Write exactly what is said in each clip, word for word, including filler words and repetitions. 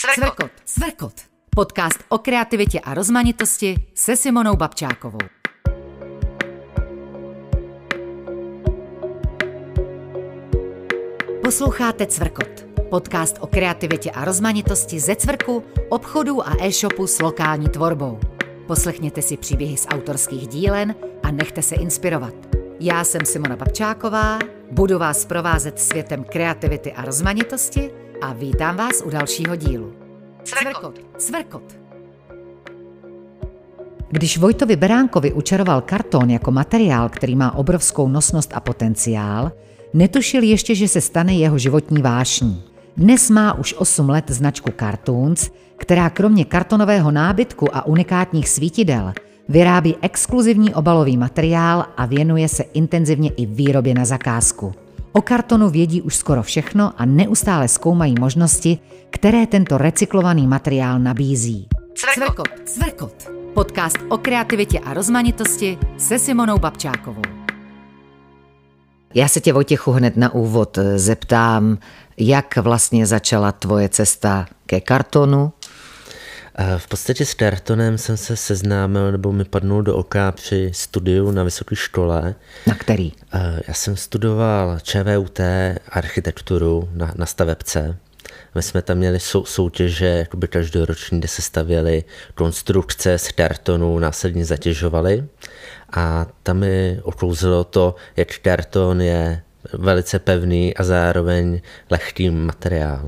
Cvrkot. Cvrkot. Podcast o kreativitě a rozmanitosti se Simonou Babčákovou. Posloucháte Cvrkot. Podcast o kreativitě a rozmanitosti ze cvrku, obchodů a e-shopu s lokální tvorbou. Poslechněte si příběhy z autorských dílen a nechte se inspirovat. Já jsem Simona Babčáková, budu vás provázet světem kreativity a rozmanitosti a vítám vás u dalšího dílu. Cvrkot. Cvrkot. Když Vojtovi Beránkovi učaroval karton jako materiál, který má obrovskou nosnost a potenciál, netušil ještě, že se stane jeho životní vášní. Dnes má už osm let značku Cartoons, která kromě kartonového nábytku a unikátních svítidel vyrábí exkluzivní obalový materiál a věnuje se intenzivně i výrobě na zakázku. O kartonu vědí už skoro všechno a neustále zkoumají možnosti, které tento recyklovaný materiál nabízí. Cvrkot. Cvrkot. Podcast o kreativitě a rozmanitosti se Simonou Babčákovou. Já se tě, Vojtěchu, hned na úvod zeptám, jak vlastně začala tvoje cesta ke kartonu? V podstatě s kartonem jsem se seznámil, nebo mi padnul do oka při studiu na vysoké škole. Na který? Já jsem studoval ČVUT architekturu na, na stavebce. My jsme tam měli sou, soutěže jakoby každoroční, kde se stavěly konstrukce z kartonu, následně zatěžovaly. A tam mi oklouzilo to, jak karton je velice pevný a zároveň lehký materiál.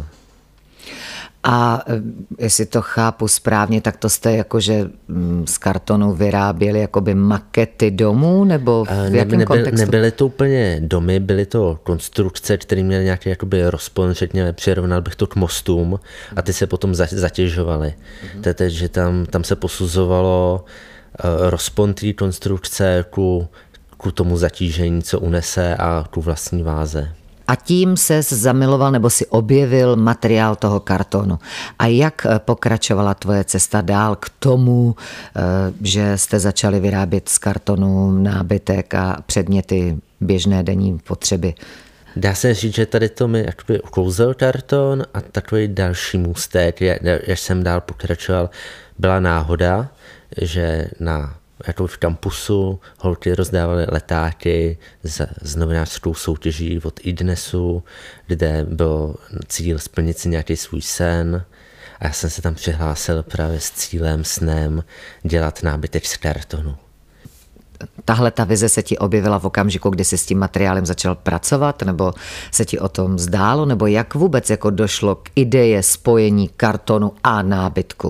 A jestli to chápu správně, tak to jste jakože z kartonu vyráběli jakoby makety domů, nebo v jakém nebyly, kontextu? Nebyly to úplně domy, byly to konstrukce, které měly nějaký jakoby rozpon, řekněme, přirovnal bych to k mostům a ty se potom zatěžovaly. Mm-hmm. Takže tam, tam se posuzovalo rozpon té konstrukce ku, ku tomu zatížení, co unese a ku vlastní váze. A tím ses zamiloval nebo si objevil materiál toho kartonu. A jak pokračovala tvoje cesta dál k tomu, že jste začali vyrábět z kartonu nábytek a předměty běžné denní potřeby? Dá se říct, že tady to mi jakoby uklouzl karton a takový další můstek, jak jsem dál pokračoval, byla náhoda, že na jako v kampusu holky rozdávaly letáky s, s novinářskou soutěží od iDnesu, kde byl cíl splnit si nějaký svůj sen a já jsem se tam přihlásil právě s cílem, snem dělat nábytek z kartonu. Tahle ta vize se ti objevila v okamžiku, kdy jsi s tím materiálem začal pracovat, nebo se ti o tom zdálo, nebo jak vůbec jako došlo k ideje spojení kartonu a nábytku?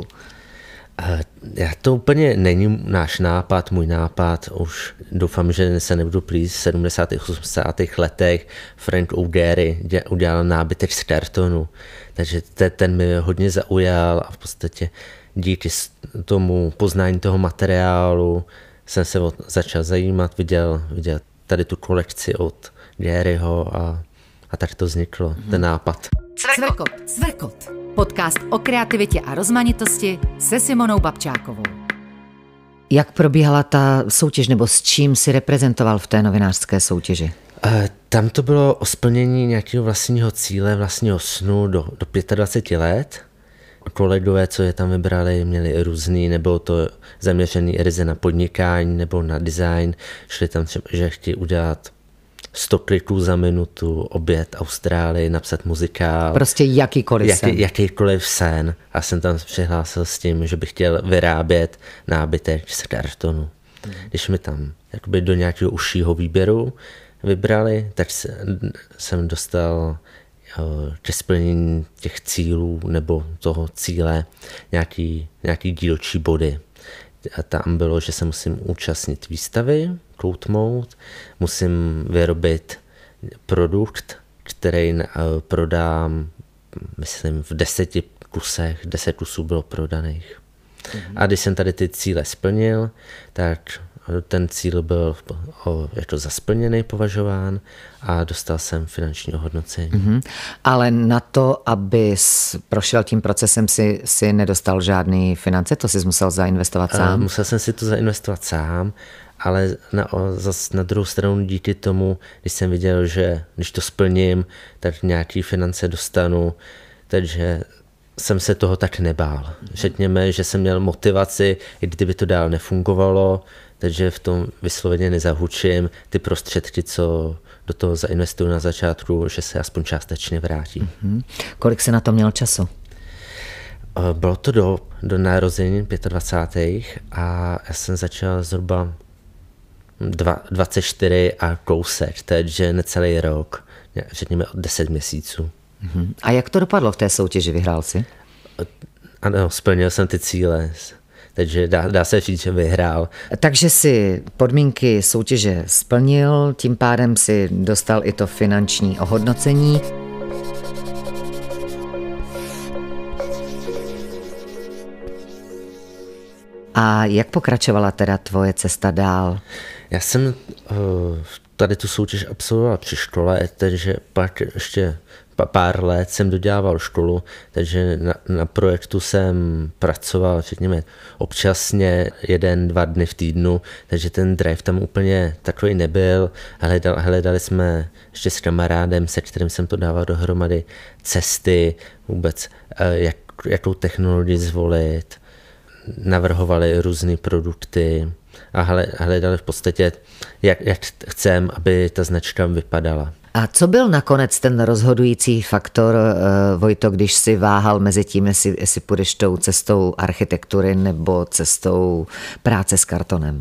Já to úplně není náš nápad, můj nápad, už doufám, že se nebudu plít v sedmdesátých osmdesátých letech. Frank O'Gary udělal nábytek z kartonu, takže ten mi hodně zaujal a v podstatě díky tomu poznání toho materiálu jsem se začal zajímat, viděl, viděl tady tu kolekci od Garyho a, a tak to vzniklo, hmm. ten nápad. Cvrkot. Cvrkot. Podcast o kreativitě a rozmanitosti se Simonou Babčákovou. Jak probíhala ta soutěž, nebo s čím si reprezentoval v té novinářské soutěži? Tam to bylo o splnění nějakého vlastního cíle, vlastního snu do, do dvacet pět let. Kolegové, co je tam vybrali, měli různý, nebylo to zaměřený ryze na podnikání nebo na design. Šli tam třeba, že chtějí udělat sto kliků za minutu, obět Austrálii, napsat muzikál. Prostě jakýkoliv jaký, sen. Jakýkoliv sen. A jsem tam přihlásil s tím, že bych chtěl vyrábět nábytek z kartonu. Hmm. Když mi tam jakoby do nějakého užšího výběru vybrali, tak jsem dostal ke splnění těch cílů nebo toho cíle nějaký, nějaký dílčí body. A tam bylo, že se musím účastnit výstavy, koutmout, musím vyrobit produkt, který prodám, myslím, v deseti kusech, deset kusů bylo prodaných. Mhm. A když jsem tady ty cíle splnil, tak ten cíl byl jako za splněný považován a dostal jsem finanční ohodnocení. Mm-hmm. Ale na to, abys prošel tím procesem, si, si nedostal žádný finance, to jsi musel zainvestovat sám? Musel jsem si to zainvestovat sám, ale na, zas na druhou stranu díky tomu, když jsem viděl, že když to splním, tak nějaký finance dostanu, takže jsem se toho tak nebál. Řekněme, že jsem měl motivaci, i kdyby to dál nefungovalo, takže v tom vysloveně nezahučím ty prostředky, co do toho zainvestuju na začátku, že se aspoň částečně vrátí. Mm-hmm. Kolik se na to měl času? Bylo to do, do narození dvacátých pátých a já jsem začal zhruba dva, dvacet čtyři a kousek, takže necelý rok, řekněme deset měsíců. Mm-hmm. A jak to dopadlo v té soutěži? Vyhrál jsi? Ano, splnil jsem ty cíle, takže dá, dá se říct, že vyhrál. Takže si podmínky soutěže splnil, tím pádem si dostal i to finanční ohodnocení. A jak pokračovala teda tvoje cesta dál? Já jsem tady tu soutěž absolvoval při škole, takže pak ještě pár let jsem dodělával školu, takže na, na projektu jsem pracoval, řekněme, občasně jeden, dva dny v týdnu, takže ten drive tam úplně takový nebyl. Hledali, hledali jsme ještě s kamarádem, se kterým jsem to dával dohromady, cesty, vůbec jak, jakou technologii zvolit, navrhovali různé produkty a hledali v podstatě, jak, jak chcem, aby ta značka vypadala. A co byl nakonec ten rozhodující faktor, Vojto, když si váhal mezi tím, jestli, jestli půjdeš tou cestou architektury nebo cestou práce s kartonem?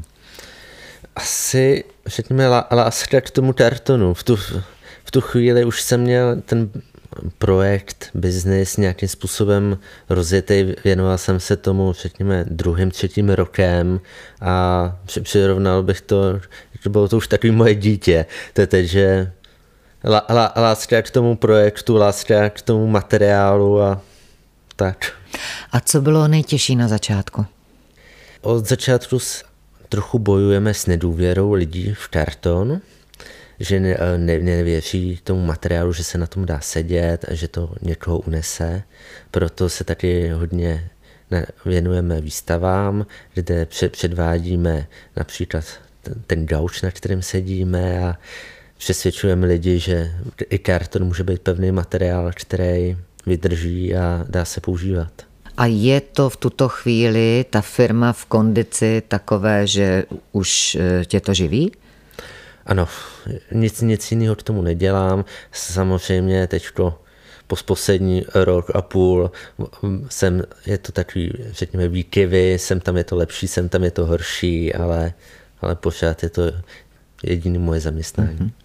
Asi, řekněme, láska k tomu kartonu. V tu, v tu chvíli už jsem měl ten projekt, biznis nějakým způsobem rozjetý, věnoval jsem se tomu, řekněme, druhým, třetím rokem a přirovnal bych to, že bylo to už takový moje dítě, takže láska k tomu projektu, láska k tomu materiálu a tak. A co bylo nejtěžší na začátku? Od začátku trochu bojujeme s nedůvěrou lidí v karton, že ne, ne, nevěří tomu materiálu, že se na tom dá sedět a že to někoho unese. Proto se taky hodně věnujeme výstavám, kde předvádíme například ten gauč, na kterém sedíme a přesvědčujeme lidi, že i karton může být pevný materiál, který vydrží a dá se používat. A je to v tuto chvíli ta firma v kondici takové, že už tě to živí? Ano, nic, nic jiného k tomu nedělám. Samozřejmě teďko po poslední rok a půl jsem, je to takový, řekněme, výkyvy, sem tam je to lepší, sem tam je to horší, ale, ale pořád je to jediné moje zaměstnání. Mm-hmm.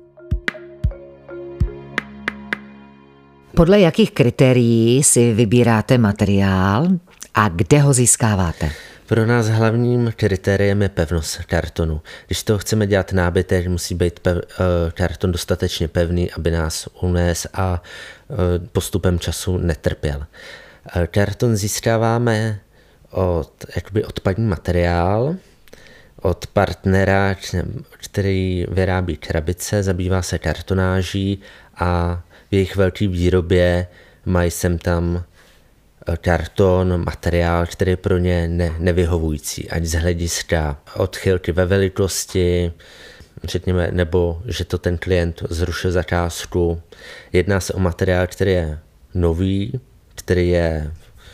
Podle jakých kritérií si vybíráte materiál a kde ho získáváte? Pro nás hlavním kritériem je pevnost kartonu. Když to chceme dělat nábytek, musí být pev, karton dostatečně pevný, aby nás unes a postupem času netrpěl. Karton získáváme od jakoby odpadní materiál, od partnera, který vyrábí krabice, zabývá se kartonáží a v jejich velké výrobě mají sem tam karton, materiál, který je pro ně ne, nevyhovující, ať z hlediska odchylky ve velikosti, řekněme, nebo že to ten klient zrušil zakázku. Jedná se o materiál, který je nový, který je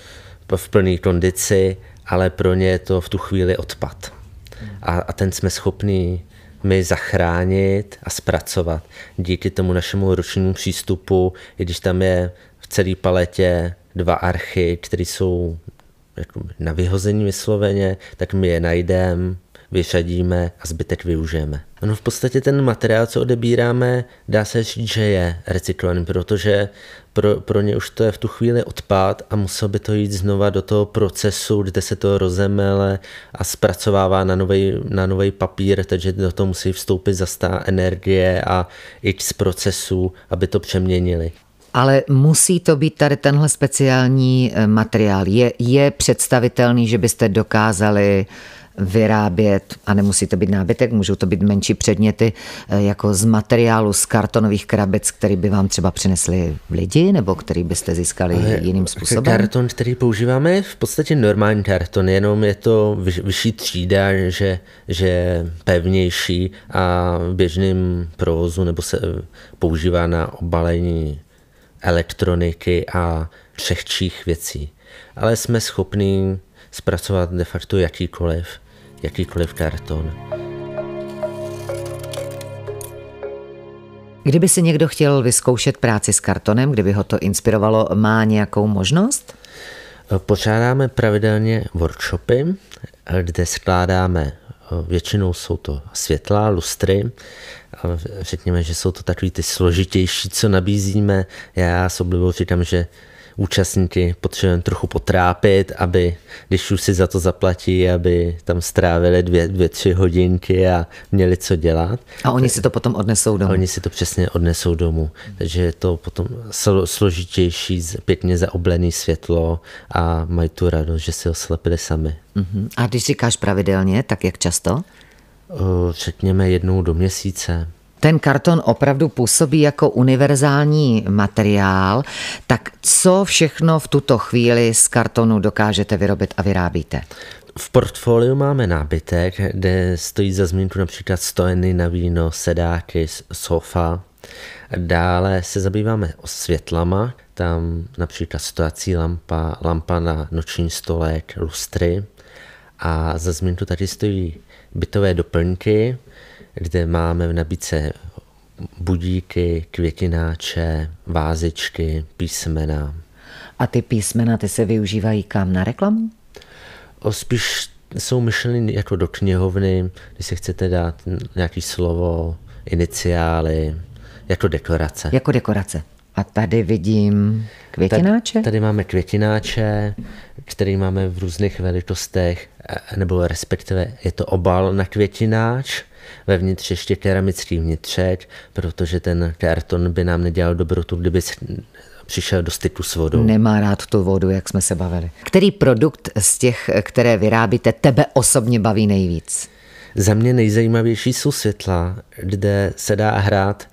v plné kondici, ale pro ně je to v tu chvíli odpad. A, a ten jsme schopni my zachránit a zpracovat. Díky tomu našemu ručnímu přístupu, i když tam je v celé paletě dva archy, které jsou jako na vyhození vysloveně, tak my je najdeme, vyřadíme a zbytek využijeme. No v podstatě ten materiál, co odebíráme, dá se říct, že je recyklovaný, protože pro, pro ně už to je v tu chvíli odpad a musel by to jít znova do toho procesu, kde se to rozemele a zpracovává na novej, na novej papír, takže do toho musí vstoupit zastá energie a x procesů, aby to přeměnili. Ale musí to být tady tenhle speciální materiál. Je, je představitelný, že byste dokázali vyrábět, a nemusí to být nábytek, můžou to být menší předměty, jako z materiálu z kartonových krabic, který by vám třeba přinesli lidi, nebo který byste získali Ale jiným způsobem? Karton, který používáme, je v podstatě normální karton, jenom je to vyšší třída, že, že je pevnější a v běžném provozu nebo se používá na obalení elektroniky a křehčích věcí. Ale jsme schopni zpracovat de facto jakýkoliv, jakýkoliv karton. Kdyby si někdo chtěl vyzkoušet práci s kartonem, kdyby ho to inspirovalo, má nějakou možnost? Pořádáme pravidelně workshopy, kde skládáme, většinou jsou to světla, lustry, řekněme, že jsou to takový ty složitější, co nabízíme. Já s oblibou říkám, že účastníky potřebujeme trochu potrápit, aby, když už si za to zaplatí, aby tam strávili dvě, dvě, tři hodinky a měli co dělat. A oni si to potom odnesou domů. Oni si to přesně odnesou domů. Takže je to potom složitější, pěkně zaoblený světlo a mají tu radost, že si ho slepili sami. Uh-huh. A když říkáš pravidelně, tak jak často? Řekněme jednou do měsíce. Ten karton opravdu působí jako univerzální materiál, tak co všechno v tuto chvíli z kartonu dokážete vyrobit a vyrábíte? V portfoliu máme nábytek, kde stojí za zmínku například stojeny na víno, sedáky, sofa. Dále se zabýváme světlama, tam například stojací lampa, lampa na noční stolek, lustry. A za zmínku tady stojí bytové doplňky, kde máme v nabídce budíky, květináče, vázičky, písmena. A ty písmena, ty se využívají kam, na reklamu? O, spíš jsou myšleny jako do knihovny, když si chcete dát nějaké slovo, iniciály, jako dekorace. Jako dekorace. A tady vidím květináče? Tady, tady máme květináče, který máme v různých velikostech, nebo respektive je to obal na květináč, vevnitř ještě keramický vnitřek, protože ten karton by nám nedělal dobrotu, kdyby přišel do styku s vodou. Nemá rád tu vodu, jak jsme se bavili. Který produkt z těch, které vyrábíte, tebe osobně baví nejvíc? Za mě nejzajímavější jsou světla, kde se dá hrát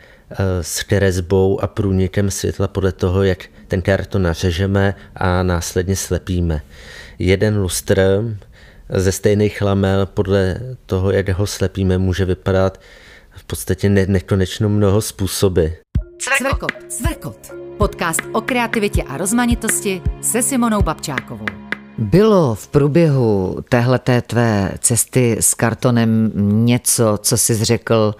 s kresbou a průnikem světla podle toho, jak ten karton nařežeme a následně slepíme. Jeden lustr ze stejných lamel podle toho, jak ho slepíme, může vypadat v podstatě ne- nekonečno mnoho způsoby. Cvrkot, cvrkot. Podcast o kreativitě a rozmanitosti se Simonou Babčákovou. Bylo v průběhu téhleté tvé cesty s kartonem něco, co jsi řekl,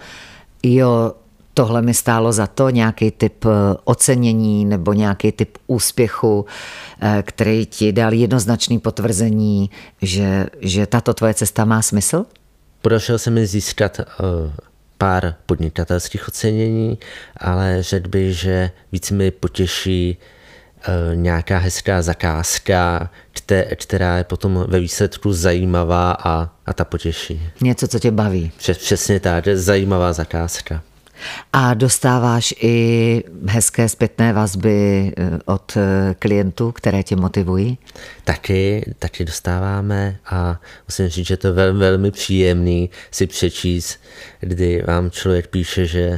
jo, tohle mi stálo za to, nějaký typ ocenění nebo nějaký typ úspěchu, který ti dal jednoznačné potvrzení, že, že tato tvoje cesta má smysl? Podařilo se mi získat uh, pár podnikatelských ocenění, ale řekl bych, že víc mi potěší uh, nějaká hezká zakázka, která je potom ve výsledku zajímavá a, a ta potěší. Něco, co tě baví. Přes, přesně tak, zajímavá zakázka. A dostáváš i hezké zpětné vazby od klientů, které tě motivují? Taky, taky dostáváme a musím říct, že to je velmi, velmi příjemný si přečíst, kdy vám člověk píše, že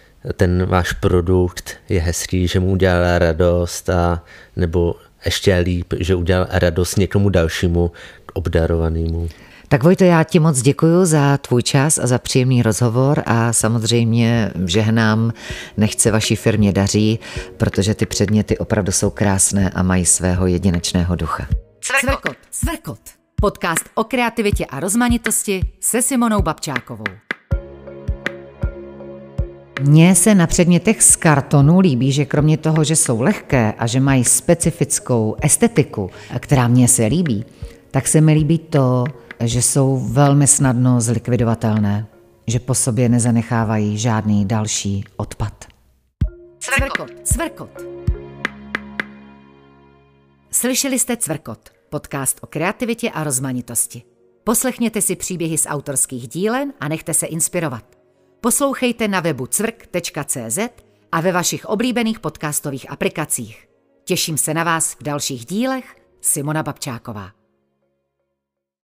ten váš produkt je hezký, že mu udělal radost a nebo ještě líp, že udělal radost někomu dalšímu obdarovanému. Tak Vojto, já ti moc děkuju za tvůj čas a za příjemný rozhovor a samozřejmě žehnám, nechť se vaší firmě daří, protože ty předměty opravdu jsou krásné a mají svého jedinečného ducha. Cvrkot, cvrkot. Podcast o kreativitě a rozmanitosti se Simonou Babčákovou. Mně se na předmětech z kartonu líbí, že kromě toho, že jsou lehké a že mají specifickou estetiku, která mně se líbí, tak se mi líbí to, že jsou velmi snadno zlikvidovatelné, že po sobě nezanechávají žádný další odpad. Cvrkot, cvrkot. Slyšeli jste Cvrkot, podcast o kreativitě a rozmanitosti. Poslechněte si příběhy z autorských dílen a nechte se inspirovat. Poslouchejte na webu cvrk tečka cé zet a ve vašich oblíbených podcastových aplikacích. Těším se na vás v dalších dílech. Simona Babčáková.